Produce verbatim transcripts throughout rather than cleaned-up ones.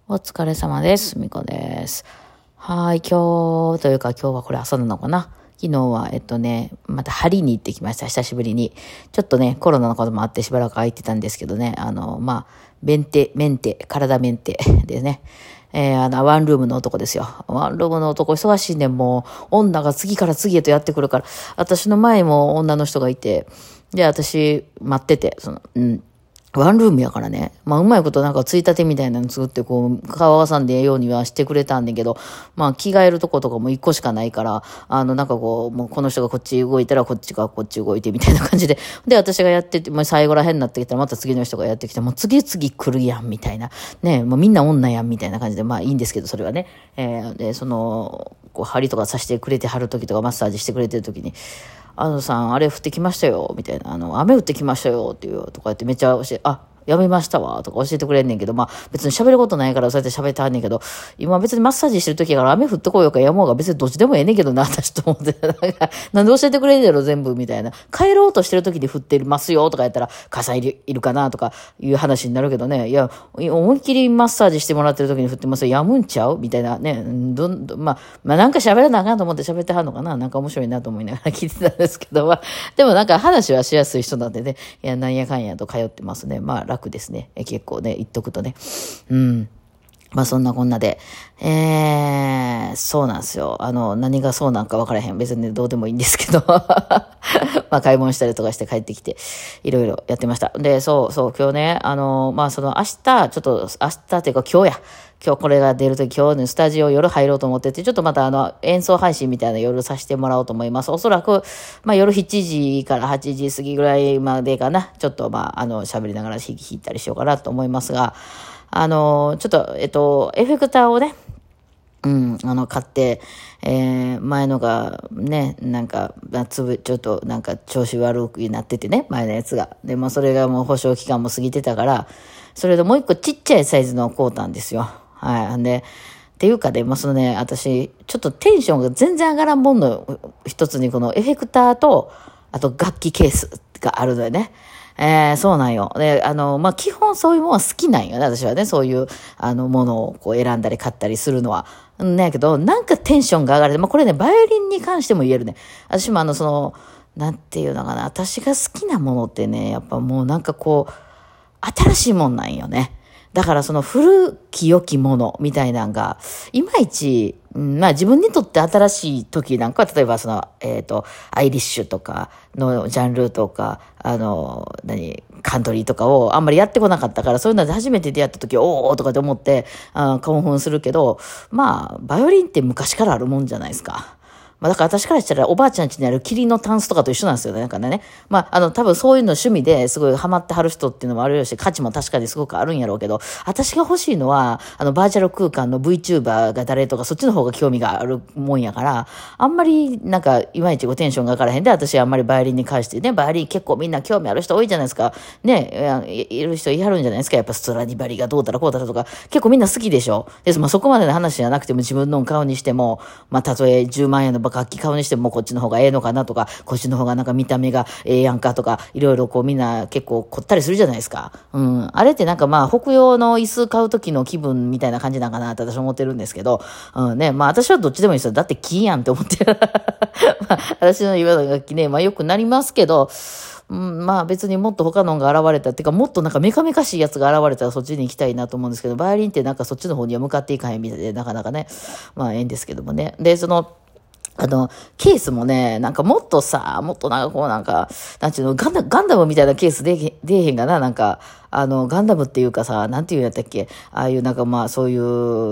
お疲れ様です。みこです。はい、今日というか今日はこれ朝なのかな。昨日は、えっとね、また針に行ってきました。久しぶりに。ちょっとね、コロナのこともあってしばらく空いてたんですけどね、あの、まあ、メンテ、メンテ、体メンテでね、えー、あの、ワンルームの男ですよ。ワンルームの男、忙しいね、もう、女が次から次へとやってくるから、私の前も女の人がいて、で、私、待ってて、その、うん。ワンルームやからね。まあ、うまいことなんかついたてみたいなの作って、こう、顔挟んでええようにはしてくれたんだけど、まあ、着替えるとことかも一個しかないから、あの、なんかこう、もうこの人がこっち動いたらこっちがこっち動いてみたいな感じで。で、私がやってて、もう最後ら辺になってきたらまた次の人がやってきて、もう次々来るやん、みたいな。ね、もうみんな女やん、みたいな感じで、まあいいんですけど、それはね。えー、で、その、こう、針とかさせてくれてはる時とか、マッサージしてくれてる時に、あのさん、あれ降ってきましたよ、みたいな。あの、雨降ってきましたよ、っていう、とか言ってめっちゃ教え、あ、やめましたわ、とか教えてくれんねんけど、まあ別に喋ることないからそうやって喋ってはんねんけど、今別にマッサージしてる時やから雨降ってこようかやもうが別にどっちでもええねんけどな、私と思って。なんか、なんで教えてくれんねやろ、全部、みたいな。帰ろうとしてる時に降ってますよ、とかやったら、傘いるいるかな、とかいう話になるけどね。いや、思いっきりマッサージしてもらってる時に降ってますよ、やむんちゃうみたいなね。どんどん、まあ、まあなんか喋らなあかんと思って喋ってはんのかな。なんか面白いなと思いながら聞いてたんですけど、まあ、でもなんか話はしやすい人なんでね。いや、なんやかんやと通ってますね。まあ楽ですね。結構ね、言っとくとね。うん。まあそんなこんなで。えー、そうなんですよ。あの、何がそうなんか分からへん。別に、ね、どうでもいいんですけど。まあ買い物したりとかして帰ってきて、いろいろやってました。で、そうそう、今日ね、あの、まあその明日、ちょっと、明日っていうか今日や。今日これが出るとき今日のスタジオ夜入ろうと思ってて、ちょっとまたあの演奏配信みたいな夜させてもらおうと思います。おそらく、まあ夜しちじからはちじ過ぎぐらいまでかな。ちょっとまああの喋りながら弾いたりしようかなと思いますが、あの、ちょっと、えっと、エフェクターをね、うん、あの、買って、えー、前のがね、なんか、つぶ、ちょっとなんか調子悪くなっててね、前のやつが。でもそれがもう保証期間も過ぎてたから、それでもう一個ちっちゃいサイズの買うたんですよ。はい。で、っていうかね、まあ、そのね、私、ちょっとテンションが全然上がらんもんの一つに、このエフェクターと、あと楽器ケースがあるのよね。えー、そうなんよ。で、あの、まあ、基本そういうものは好きなんよね、私はね。そういう、あの、ものをこう選んだり買ったりするのは。んだけど、なんかテンションが上がる。まあ、これね、バイオリンに関しても言えるね。私もあの、その、なんていうのかな。私が好きなものってね、やっぱもうなんかこう、新しいもんなんよね。だからその古き良きものみたいなんが、いまいち、うん、まあ自分にとって新しい時なんかは、例えばその、えっと、アイリッシュとかのジャンルとか、あの、何、カントリーとかをあんまりやってこなかったから、そういうので初めて出会った時、おーとかって思って、あ興奮するけど、まあ、バイオリンって昔からあるもんじゃないですか。まあだから私からしたらおばあちゃん家にある霧のタンスとかと一緒なんですよね。なんかね。まああの多分そういうの趣味ですごいハマってはる人っていうのもあるし、価値も確かにすごくあるんやろうけど、私が欲しいのは、あのバーチャル空間の VTuber が誰とかそっちの方が興味があるもんやから、あんまりなんかいまいちこうテンションが上がらへんで、私はあんまりバイオリンに関してね、バイオリン結構みんな興味ある人多いじゃないですか。ね、いる人いはるんじゃないですか。やっぱストラディバリがどうたらこうたらとか、結構みんな好きでしょ。です。まあそこまでの話じゃなくても自分の顔にしても、まあたとえじゅうまんえんの楽器顔にしてもこっちの方がええのかなとか、こっちの方がなんか見た目がええやんかとか、いろいろこうみんな結構凝ったりするじゃないですか。うん。あれってなんかまあ北洋の椅子買う時の気分みたいな感じなんかなって私は思ってるんですけど、うんね、まあ私はどっちでもいいですよ。だって木やんって思ってる。まあ私の今の楽器ね、まあよくなりますけど、うん、まあ別にもっと他のが現れたっていうか、もっとなんかメカメカしいやつが現れたらそっちに行きたいなと思うんですけど、バイオリンってなんかそっちの方には向かっていかへんみたいで、なかなかね、まあええんですけどもね。で、その、あの、ケースもね、なんかもっとさ、もっとなんかこうなんか、なんていうの、ガンダ、ガンダムみたいなケースで、出えへんがな、なんか、あの、ガンダムっていうかさ、なんていうんやったっけ、ああいうなんかまあそういう、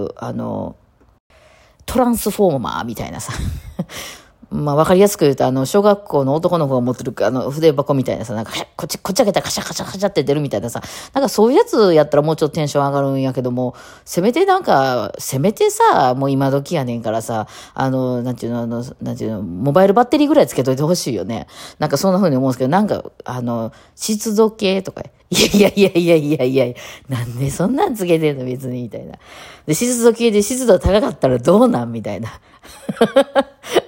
あの、トランスフォーマーみたいなさ、まあ、わかりやすく言うと、あの、小学校の男の子が持ってる、あの、筆箱みたいなさ、なんか、こっち、こっち開けたらカシャカシャカシャって出るみたいなさ、なんかそういうやつやったらもうちょっとテンション上がるんやけども、せめてなんか、せめてさ、もう今時やねんからさ、あの、なんていうの、あの、なんていうの、モバイルバッテリーぐらいつけといてほしいよね。なんかそんな風に思うんですけど、なんか、あの、湿度計とか、いやいやいやいやいやいや、なんでそんなんつけてんの別に、みたいな。で、湿度計で湿度高かったらどうなんみたいな。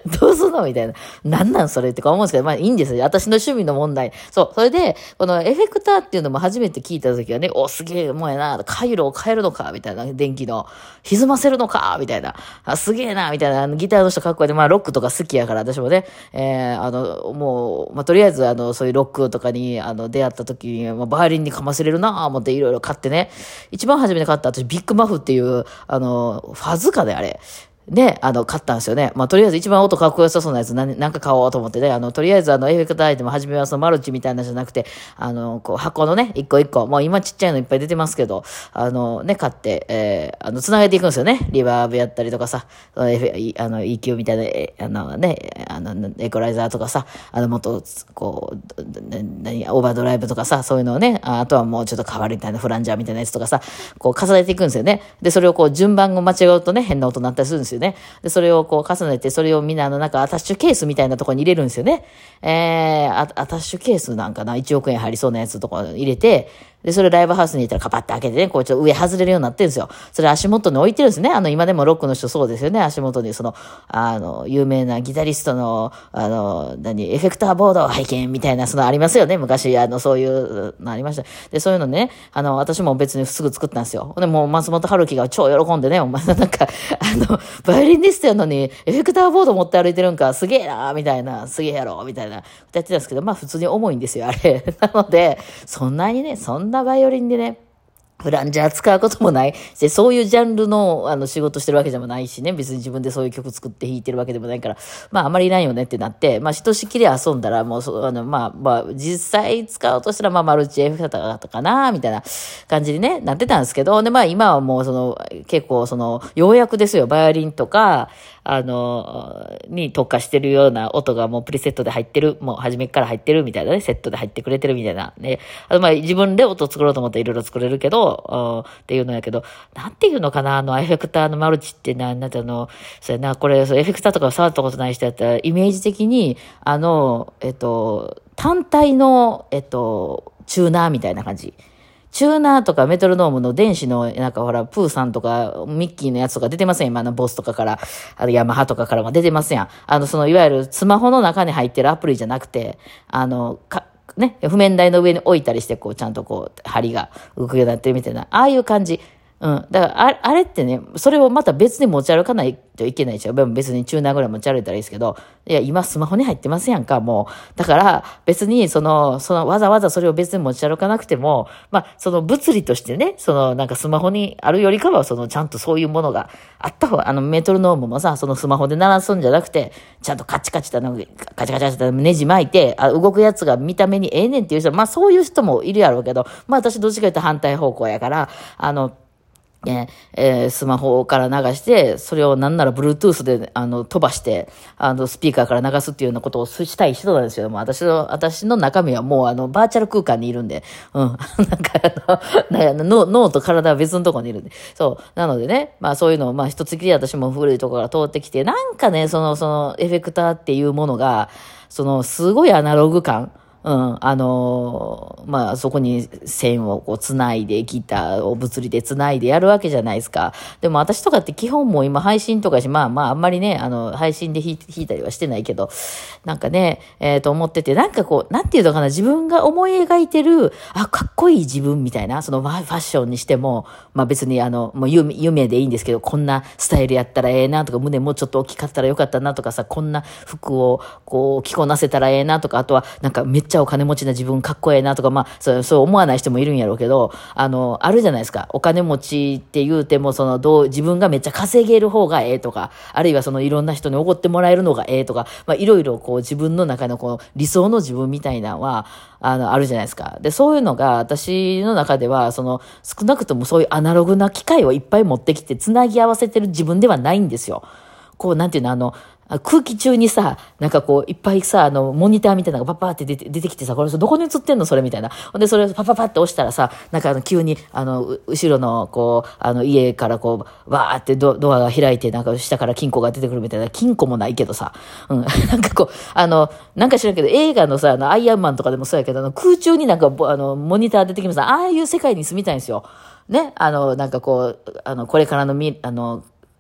どうすんのみたいな。なんなんそれってか思うんですけど、まあいいんですよ。私の趣味の問題。そう。それで、このエフェクターっていうのも初めて聞いた時はね、お、すげえもんやな、回路を変えるのかみたいな、電気の。歪ませるのかみたいな。あ、すげえなみたいな。あのギターの人かっこいいで、まあロックとか好きやから、私もね、えー、あの、もう、まあとりあえず、あの、そういうロックとかに、あの、出会った時に、まあ、バイオリンにかませれるなぁ思っていろいろ買ってね。一番初めに買った私、ビッグマフっていう、あの、ファズかね、あれ。で、あの、買ったんですよね。まあ、とりあえず一番音かっこよさそうなやつ何、なんか買おうと思ってね。あの、とりあえずあの、エフェクターアイテム初めはそのマルチみたいなのじゃなくて、あの、こう、箱のね、一個一個、もう今ちっちゃいのいっぱい出てますけど、あの、ね、買って、えー、あの、繋げていくんですよね。リバーブやったりとかさ、エフェ、あの、イーキュー みたいな、えあのね、あの、エコライザーとかさ、あの、もっと、こう、何、オーバードライブとかさ、そういうのをね、あとはもうちょっと変わりみたいなフランジャーみたいなやつとかさ、こう、重ねていくんですよね。で、それをこう、順番を間違うとね、変な音になったりするんですよね。で、それをこう重ねて、それをみんなあのなんかアタッシュケースみたいなところに入れるんですよね。えー、アタッシュケースなんかな、いちおくえん入りそうなやつとか入れて、で、それライブハウスに行ったらカパッて開けてね、こうちょっと上外れるようになってるんですよ。それ足元に置いてるんですね。あの、今でもロックの人そうですよね。足元にその、あの、有名なギタリストの、あの、何、エフェクターボードを拝見みたいな、そのありますよね。昔、あの、そういうのありました。で、そういうのね、あの、私も別にすぐ作ったんですよ。で、もう松本春樹が超喜んでね、お前なんか、あの、バイオリニストやのに、エフェクターボード持って歩いてるんか、すげえな、みたいな、すげえやろ、みたいな、やってたんですけど、まあ普通に重いんですよ、あれ。なので、そんなにね、そんなバイオリンでね、フランジャー使うこともないし、そういうジャンルの、あの、仕事してるわけでもないしね、別に自分でそういう曲作って弾いてるわけでもないから、まあ、あまりいないよねってなって、まあ、ひとしきり遊んだら、もう、そあの、まあ、まあ、実際使うとしたら、まあ、マルチエフェクターだったかな、みたいな感じにね、なってたんですけど、で、まあ、今はもう、その、結構、その、ようやくですよ、バイオリンとか、あの、に特化してるような音がもうプリセットで入ってる、もう初めから入ってるみたいなね、セットで入ってくれてるみたいなね。あとまあ自分で音作ろうと思っていろいろ作れるけど、っていうのやけど、なんていうのかな、あの、エフェクターのマルチってな、なんてあの、そうやな、これ、そうエフェクターとか触ったことない人やったら、イメージ的に、あの、えっと、単体の、えっと、チューナーみたいな感じ。チューナーとかメトロノームの電子の、なんかほら、プーさんとか、ミッキーのやつとか出てません今のボスとかから、あの、ヤマハとかからも出てますやん。あの、その、いわゆるスマホの中に入ってるアプリじゃなくて、あの、か、ね、譜面台の上に置いたりして、こう、ちゃんとこう、針が動くようになってるみたいな、ああいう感じ。うん。だからあ、あれってね、それをまた別に持ち歩かないといけないでしょ。別にチューナーぐらい持ち歩いたらいいですけど、いや、今スマホに入ってますやんか、もう。だから、別に、その、その、わざわざそれを別に持ち歩かなくても、まあ、その物理としてね、その、なんかスマホにあるよりかは、その、ちゃんとそういうものがあった方が、あの、メトロノームもさ、そのスマホで鳴らすんじゃなくて、ちゃんとカチカチと、カチカチってネジ巻いて、あ動くやつが見た目にええねんっていう人、まあ、そういう人もいるやろうけど、まあ、私どっちかというと反対方向やから、あの、ねえー、スマホから流して、それをなんなら Bluetooth で、あの、飛ばして、あの、スピーカーから流すっていうようなことをしたい人なんですよ。もう私の、私の中身はもう、あの、バーチャル空間にいるんで、うん。なんか、あの、脳、脳と体は別のところにいるんで。そう。なのでね、まあそういうのを、まあ一月で私も古いところから通ってきて、なんかね、その、その、エフェクターっていうものが、その、すごいアナログ感、うん、あのー、まあ、そこに線をこう繋いで、ギターを物理で繋いでやるわけじゃないですか。でも私とかって基本もう今配信とかし、まあまああんまりね、あの、配信で弾い弾いたりはしてないけど、なんかね、えー、と思ってて、なんかこう、なんていうのかな、自分が思い描いてる、あ、かっこいい自分みたいな、そのファッションにしても、まあ別にあの、もう夢、夢でいいんですけど、こんなスタイルやったらええなとか、胸もうちょっと大きかったらよかったなとかさ、こんな服をこう着こなせたらええなとか、あとはなんかめっちゃめっちゃお金持ちな自分かっこええなとか、まあ、そう、そう思わない人もいるんやろうけど、あの、あるじゃないですか。お金持ちって言うても、その、どう、自分がめっちゃ稼げる方がええとか、あるいはそのいろんな人におごってもらえるのがええとか、まあ、いろいろこう自分の中のこう理想の自分みたいなのは、あの、あるじゃないですか。で、そういうのが私の中では、その、少なくともそういうアナログな機械をいっぱい持ってきて、つなぎ合わせてる自分ではないんですよ。こう、なんていうの、あの、空気中にさ、なんかこう、いっぱいさ、あの、モニターみたいなのがパッパーって出て、出てきてさ、これどこに映ってんのそれみたいな。ほんで、それをパッパッパって押したらさ、なんかあの、急に、あの、後ろの、こう、あの、家からこう、わーってド、ドアが開いて、なんか下から金庫が出てくるみたいな、金庫もないけどさ、うん、なんかこう、あの、なんか知らんけど、映画のさ、あの、アイアンマンとかでもそうやけど、あの、空中になんか、あの、モニター出てきます。ああいう世界に住みたいんですよ。ね、あの、なんかこう、あの、これからのみ、あの、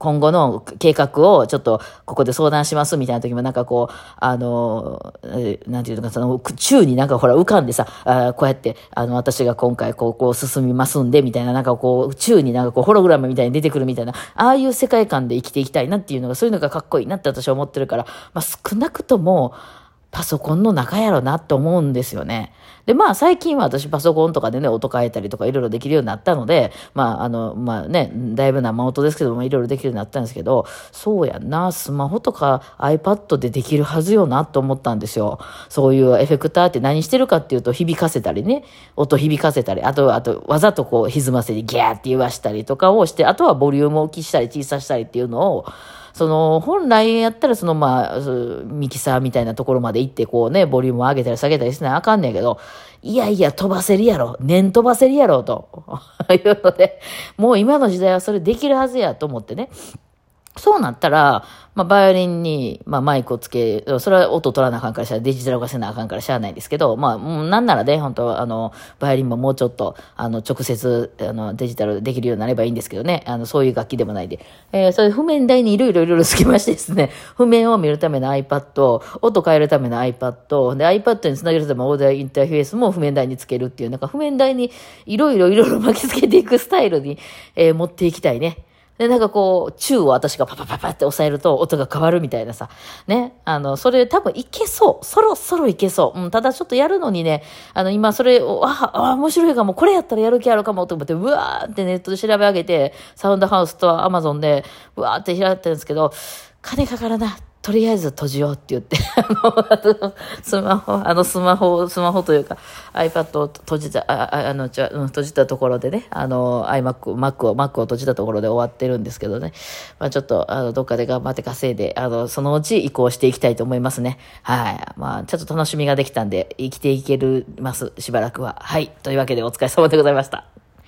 今後の計画をちょっとここで相談しますみたいな時もなんかこう、あの、なんていうのか、その、宙になんかほら浮かんでさ、あこうやって、あの、私が今回こう、こう進みますんで、みたいな、なんかこう、宙になんかこう、ホログラムみたいに出てくるみたいな、ああいう世界観で生きていきたいなっていうのが、そういうのがかっこいいなって私は思ってるから、まあ少なくとも、パソコンの中やろなって思うんですよね。で、まあ最近は私パソコンとかでね、音変えたりとかいろいろできるようになったので、まああの、まあね、だいぶ生音ですけどもいろいろできるようになったんですけど、そうやんな、スマホとか iPad でできるはずよなと思ったんですよ。そういうエフェクターって何してるかっていうと響かせたりね、音響かせたり、あと、あとわざとこう歪ませてギャーって言わしたりとかをして、あとはボリュームを大きしたり小さしたりっていうのを、その、本来やったらその、まあ、ミキサーみたいなところまで行って、こうね、ボリュームを上げたり下げたりしないあかんねんけど、いやいや、飛ばせるやろ。念飛ばせるやろ、というので、もう今の時代はそれできるはずやと思ってね。そうなったら、まあ、バイオリンに、まあ、マイクをつけ、それは音取らなあかんからしゃ、デジタル化せなあかんからしゃあないですけど、まあ、なんならね、本当あの、バイオリンももうちょっと、あの、直接、あの、デジタルできるようになればいいんですけどね、あの、そういう楽器でもないで。えー、それ譜面台にいろいろいろいろつけましてですね、譜面を見るための iPad、音変えるための iPad、で、iPad につなげるためのオーディオインターフェースも譜面台につけるっていう、なんか譜面台にいろいろいろいろ巻きつけていくスタイルに、えー、持っていきたいね。で、なんかこう、チューを私がパパパパって押さえると音が変わるみたいなさ。ね。あの、それ多分いけそう。そろそろいけそう。うん、ただちょっとやるのにね、あの、今それを、あ、あ、面白いかも。これやったらやる気あるかもと思って、うわーってネットで調べ上げて、サウンドハウスとアマゾンで、うわーって開いてるんですけど、金かからな。とりあえず閉じようって言って、あの、スマホ、あのスマホ、スマホというか iPad を閉じた、あ、あの、ちょ、うん、閉じたところでね、あの、iMac、Mac を、Mac を閉じたところで終わってるんですけどね。まあちょっと、あの、どっかで頑張って稼いで、あの、そのうち移行していきたいと思いますね。はい。まあちょっと楽しみができたんで、生きていけるます、しばらくは。はい。というわけでお疲れ様でございました。